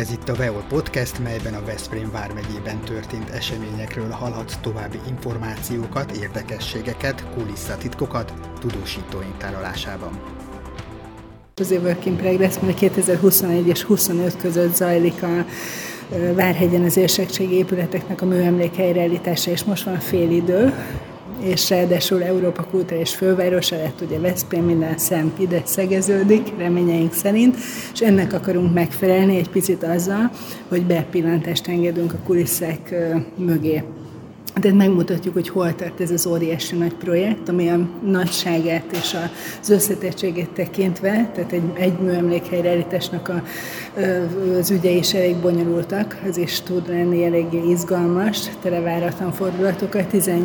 Ez itt a VEOL Podcast, melyben a Veszprém vármegyében történt eseményekről hallhatsz további információkat, érdekességeket, kulisszatitkokat tudósítóink tárolásában. Az Work in Progress, mert 2021 és 2025 között zajlik a Várhegyen az érsekségi épületeknek a műemlék helyreállítása, és most van félidő, és ráadásul Európa kulturális fővárosa lett, ugye Veszprém, minden szem ide szegeződik, reményeink szerint, és ennek akarunk megfelelni egy picit azzal, hogy bepillantást engedünk a kulisszák mögé. Tehát megmutatjuk, hogy hol tart ez az óriási nagy projekt, ami a nagyságát és az összetettségét tekintve, tehát egy műemlék helyreállításnak az ügyei is elég bonyolultak, az is tud lenni eléggé izgalmas, tele váratlan fordulatokat,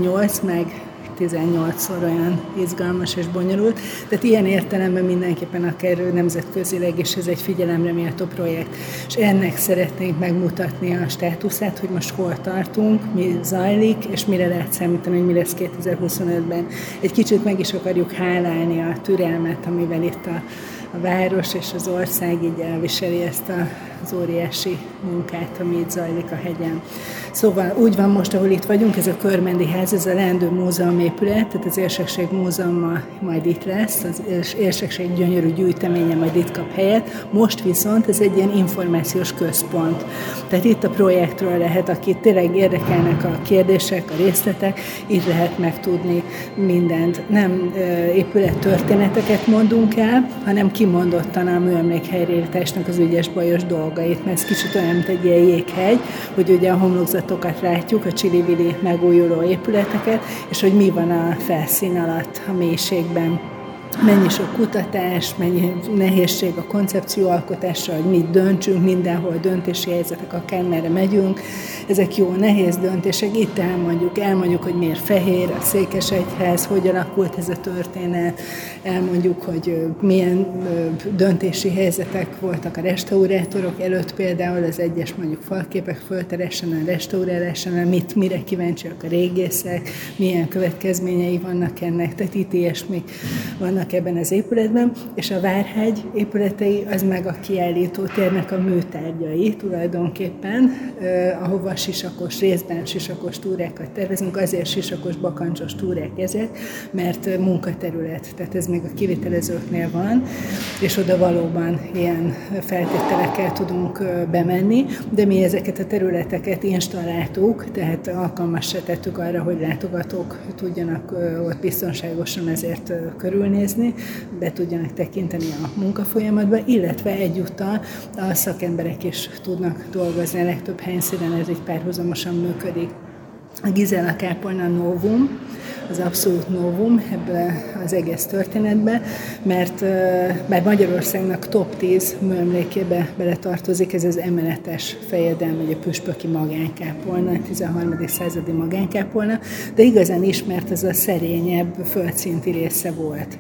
18-szor olyan izgalmas és bonyolult. Tehát ilyen értelemben mindenképpen akár nemzetközileg is ez egy figyelemre méltó projekt. És ennek szeretnénk megmutatni a státuszát, hogy most hol tartunk, mi zajlik, és mire lehet számítani, hogy mi lesz 2025-ben. Egy kicsit meg is akarjuk hálálni a türelmet, amivel itt a város és az ország így elviseli ezt az óriási munkát, ami itt zajlik a hegyen. Szóval úgy van most, ahol itt vagyunk, ez a Körmendi ház, ez a leendő múzeumépület, tehát az Érsekség Múzeuma majd itt lesz, az Érsekség gyönyörű gyűjteménye majd itt kap helyet, most viszont ez egy ilyen információs központ. Tehát itt a projektről lehet, akit tényleg érdekelnek a kérdések, a részletek, itt lehet megtudni mindent. Nem épülettörténeteket mondunk el, hanem kimondottan a műemlék helyreállításnak az ügyes bajos dolgait, mert ez kicsit olyan, mint egy ilyen jéghegy, hogy ugye a homlokzatokat látjuk, a csili-vili megújuló épületeket, és hogy mi van a felszín alatt, a mélységben. Mennyi sok kutatás, mennyi nehézség a koncepcióalkotásra, hogy mit döntsünk, mindenhol döntési helyzetek, akármerre megyünk. Ezek jó, nehéz döntések, itt elmondjuk, hogy miért fehér a Székesegyház, hogy alakult ez a történet, elmondjuk, hogy milyen döntési helyzetek voltak a restaurátorok előtt, például az egyes mondjuk falképek fölteresen, a restaurálásánál, mire kíváncsiak a régészek, milyen következményei vannak ennek, tehát itt ilyesmik vannak ebben az épületben, és a Várhegy épületei az meg a kiállítótérnek a műtárgyai tulajdonképpen, ahova részben sisakos túrákat tervezünk, azért sisakos bakancsos túrák ezek, mert munkaterület, tehát ez még a kivitelezőknél van, és oda valóban ilyen feltételekkel tudunk bemenni, de mi ezeket a területeket installáltuk, tehát alkalmassá tettük arra, hogy látogatók tudjanak ott biztonságosan ezért körülnézni, be tudjanak tekinteni a munkafolyamatba, illetve egyúttal a szakemberek is tudnak dolgozni, a legtöbb helyszínen ez így párhuzamosan működik. A Gizella kápolna novum, az abszolút novum ebben az egész történetben, mert bár Magyarországnak top 10 műemlékébe beletartozik, ez az emeletes fejedelem, vagy a püspöki magánkápolna, a 13. századi magánkápolna, de igazán ismert ez a szerényebb földszinti része volt.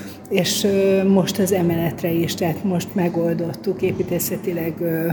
És most az emeletre is, tehát most megoldottuk, építészetileg,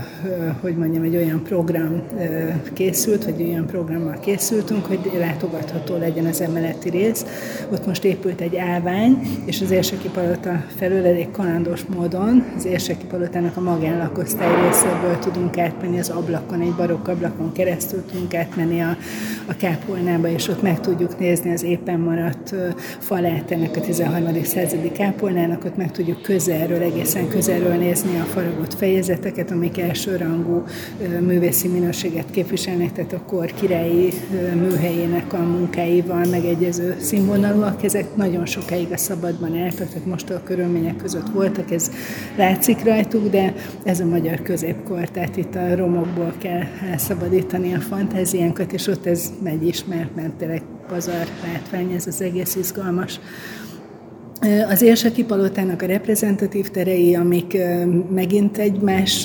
egy olyan program készült, vagy olyan programmal készültünk, hogy látogatható legyen az emeleti rész. Ott most épült egy állvány, és az Érseki Palota felől elég kalandos módon az Érseki Palotának a magánlakosztály részéből tudunk átmenni az ablakon, egy barokk ablakon keresztül tudunk átmenni a kápolnába, és ott meg tudjuk nézni az éppen maradt falát ennek a 13. századi kápolnának, ott meg tudjuk egészen közelről nézni a faragott fejezeteket, amik elsőrangú művészi minőséget képviselnek, tehát a kor királyi műhelyének a munkáival megegyező színvonalúak. Ezek nagyon sokáig a szabadban álltak, tehát most a körülmények között voltak, ez látszik rajtuk, de ez a magyar középkor, tehát itt a romokból kell elszabadítani a fantáziánkat, és ott ez megy is, mert tényleg pazar látvány, ez az egész izgalmas. Az Érseki Palotának a reprezentatív terei, amik megint egy más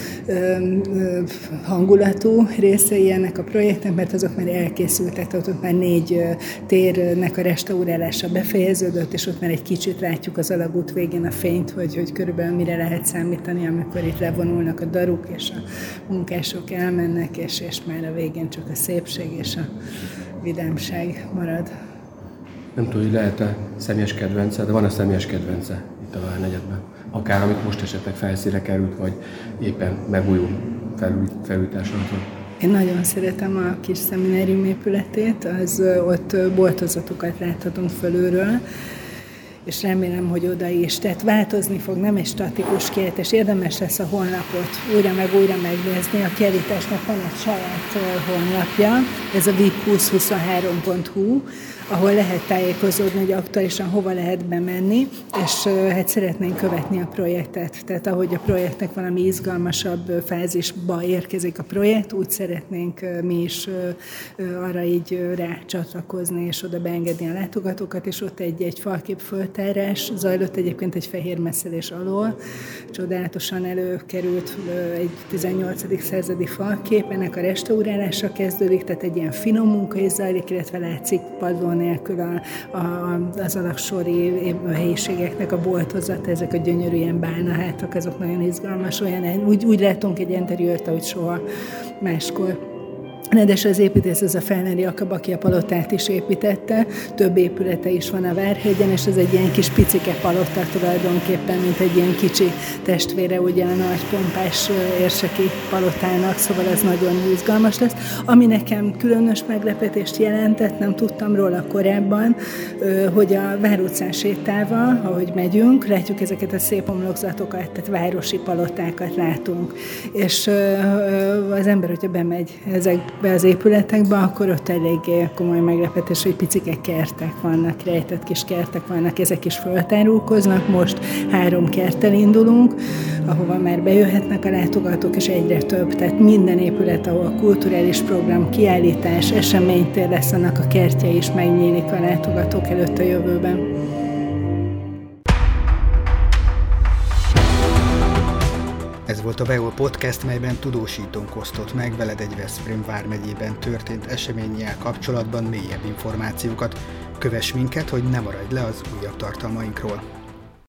hangulatú részei ennek a projektnek, mert azok már elkészültek, tehát ott már 4 térnek a restaurálása befejeződött, és ott már egy kicsit látjuk az alagút végén a fényt, hogy körülbelül mire lehet számítani, amikor itt levonulnak a daruk, és a munkások elmennek, és már a végén csak a szépség és a vidámság marad. Nem tudom, hogy lehet-e személyes kedvence, de van a személyes kedvence itt a Várnegyedben. akár amit most esetleg felszínre került, vagy éppen megújul felújításra. Én nagyon szeretem a kis szeminárium épületét, ott boltozatokat láthatunk fölülről, és remélem, hogy oda is. Tehát változni fog, nem egy statikus kiállítás, érdemes lesz a honlapot újra megnézni. A kiállításnak van egy saját honlapja, ez a vip2023.hu, ahol lehet tájékozódni, hogy aktuálisan hova lehet bemenni, és hát szeretnénk követni a projektet. Tehát ahogy a projektnek valami izgalmasabb fázisba érkezik a projekt, úgy szeretnénk mi is arra így rácsatlakozni, és oda beengedni a látogatókat, és ott egy falkép föltárás zajlott egyébként egy fehér messzelés alól. Csodálatosan előkerült egy 18. századi falkép, ennek a restaurálása kezdődik, tehát egy ilyen finom munka is zajlik, illetve látszik padlón nélkül az alaksori helyiségeknek a boltozat, ezek a gyönyörű ilyen bálnahátak, azok nagyon izgalmas, olyan, úgy látunk egy interiőrt, ahogy soha máskor. Ráadásul az építész, ez a Felneri Jakab, aki a palotát is építette, több épülete is van a Várhegyen, és ez egy ilyen kis picike palota tulajdonképpen, mint egy ilyen kicsi testvére ugye a nagy pompás érseki palotának, szóval ez nagyon izgalmas lesz. Ami nekem különös meglepetést jelentett, nem tudtam róla korábban, hogy a Vár utcán sétálva, ahogy megyünk, látjuk ezeket a szép homlokzatokat, tehát városi palotákat látunk, és az ember, hogyha bemegy ezekbe az épületekbe, akkor ott eléggé komoly meglepetés, hogy picike kertek vannak, rejtett kis kertek vannak, ezek is föltárulkoznak. Most 3 kerttel indulunk, ahova már bejöhetnek a látogatók, és egyre több. Tehát minden épület, ahol kulturális program, kiállítás, eseménytér lesz, annak a kertje is megnyílik a látogatók előtt a jövőben. Ez volt a VEOL Podcast, melyben tudósítónk osztott meg veled egy Veszprém vármegyében történt eseménnyel kapcsolatban mélyebb információkat. Kövess minket, hogy ne maradj le az újabb tartalmainkról.